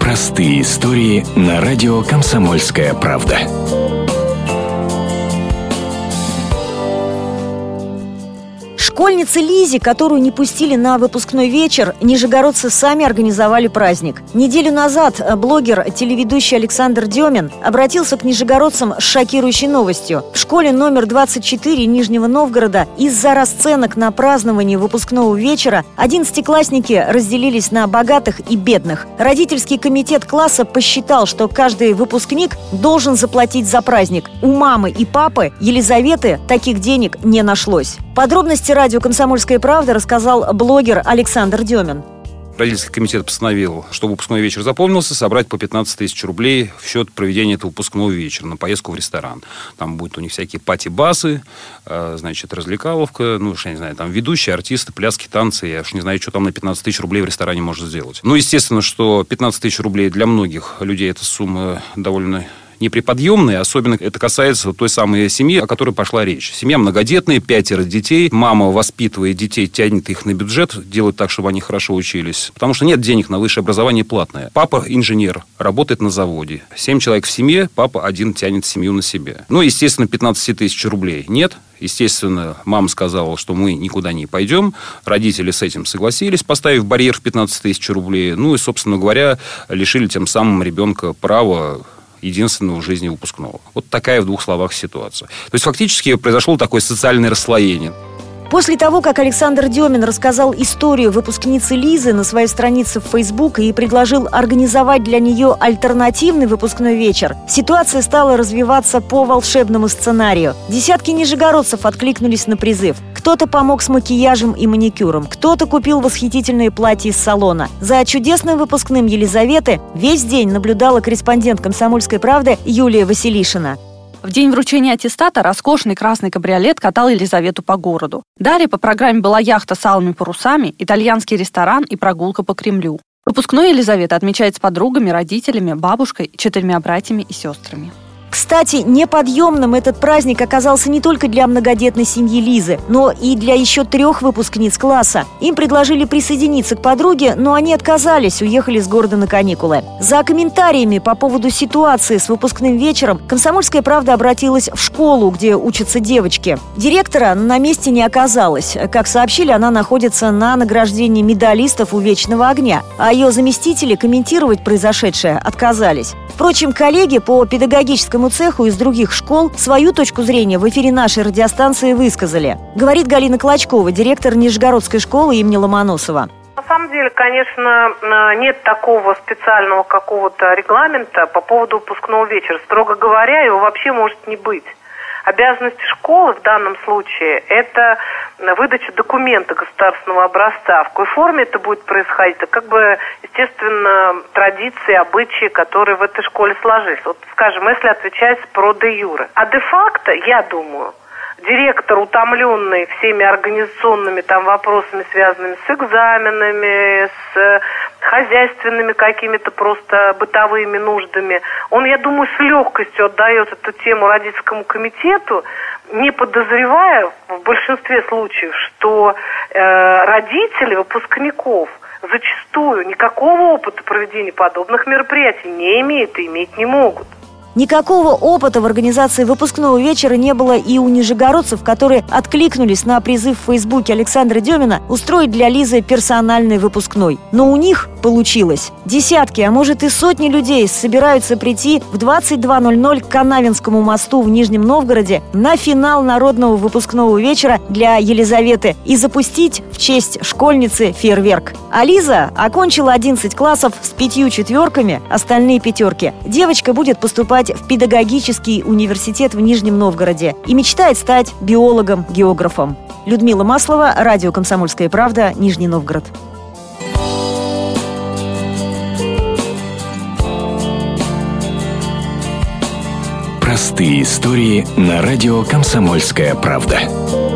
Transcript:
Простые истории на радио «Комсомольская правда». Школьнице Лизе, которую не пустили на выпускной вечер, нижегородцы сами организовали праздник. Неделю назад блогер, телеведущий Александр Демин обратился к нижегородцам с шокирующей новостью. В школе номер 24 Нижнего Новгорода из-за расценок на празднование выпускного вечера 11-классники разделились на богатых и бедных. Родительский комитет класса посчитал, что каждый выпускник должен заплатить за праздник. У мамы и папы Елизаветы таких денег не нашлось. Подробности радио «Комсомольская правда» рассказал блогер Александр Демин. Родительский комитет постановил, чтобы выпускной вечер запомнился, собрать по 15 тысяч рублей в счет проведения этого выпускного вечера на поездку в ресторан. Там будут у них всякие пати-басы, развлекаловка, я не знаю, там ведущие, артисты, пляски, танцы. Я уж не знаю, что там на 15 тысяч рублей в ресторане можно сделать. Естественно, что 15 тысяч рублей для многих людей эта сумма довольно неприподъемные, особенно это касается той самой семьи, о которой пошла речь. Семья многодетная, 5 детей, мама воспитывает детей, тянет их на бюджет, делает так, чтобы они хорошо учились, потому что нет денег на высшее образование платное. Папа инженер, работает на заводе. 7 человек в семье, папа один тянет семью на себя. Естественно, 15 тысяч рублей нет. Естественно, мама сказала, что мы никуда не пойдем. Родители с этим согласились, поставив барьер в 15 тысяч рублей. И, собственно говоря, лишили тем самым ребенка права единственного в жизни выпускного. Вот такая в 2 словах ситуация. То есть, фактически, произошло такое социальное расслоение. После того, как Александр Демин рассказал историю выпускницы Лизы на своей странице в Facebook и предложил организовать для нее альтернативный выпускной вечер, ситуация стала развиваться по волшебному сценарию. Десятки нижегородцев откликнулись на призыв. Кто-то помог с макияжем и маникюром, кто-то купил восхитительные платья из салона. За чудесным выпускным Елизаветы весь день наблюдала корреспондент «Комсомольской правды» Юлия Василишина. В день вручения аттестата роскошный красный кабриолет катал Елизавету по городу. Далее по программе была яхта с алыми парусами, итальянский ресторан и прогулка по Кремлю. Выпускной Елизавета отмечает с подругами, родителями, бабушкой и 4 братьями и сестрами. Кстати, неподъемным этот праздник оказался не только для многодетной семьи Лизы, но и для еще 3 выпускниц класса. Им предложили присоединиться к подруге, но они отказались, уехали с города на каникулы. За комментариями по поводу ситуации с выпускным вечером «Комсомольская правда» обратилась в школу, где учатся девочки. Директора на месте не оказалось. Как сообщили, она находится на награждении медалистов у «Вечного огня», а ее заместители комментировать произошедшее отказались. Впрочем, коллеги по педагогическому цеху из других школ свою точку зрения в эфире нашей радиостанции высказали. Говорит Галина Клочкова, директор Нижегородской школы имени Ломоносова. На самом деле, конечно, нет такого специального какого-то регламента по поводу выпускного вечера. Строго говоря, его вообще может не быть. Обязанность школы в данном случае – это выдача документа государственного образца. В какой форме это будет происходить? Это естественно, традиции, обычаи, которые в этой школе сложились. Скажем, если отвечать про де-юре. А де-факто, я думаю, директор, утомленный всеми организационными вопросами, связанными с экзаменами, с хозяйственными какими-то просто бытовыми нуждами, он, я думаю, с легкостью отдает эту тему родительскому комитету, не подозревая в большинстве случаев, что родители выпускников зачастую никакого опыта проведения подобных мероприятий не имеют и иметь не могут. Никакого опыта в организации выпускного вечера не было и у нижегородцев, которые откликнулись на призыв в Фейсбуке Александра Демина устроить для Лизы персональный выпускной. Но у них получилось. Десятки, а может и сотни людей собираются прийти в 22:00 к Канавинскому мосту в Нижнем Новгороде на финал народного выпускного вечера для Елизаветы и запустить в честь школьницы фейерверк. А Лиза окончила 11 классов с 5 четверками, остальные 5. Девочка будет поступать в педагогический университет в Нижнем Новгороде и мечтает стать биологом-географом. Людмила Маслова, радио «Комсомольская правда», Нижний Новгород. Простые истории на радио «Комсомольская правда».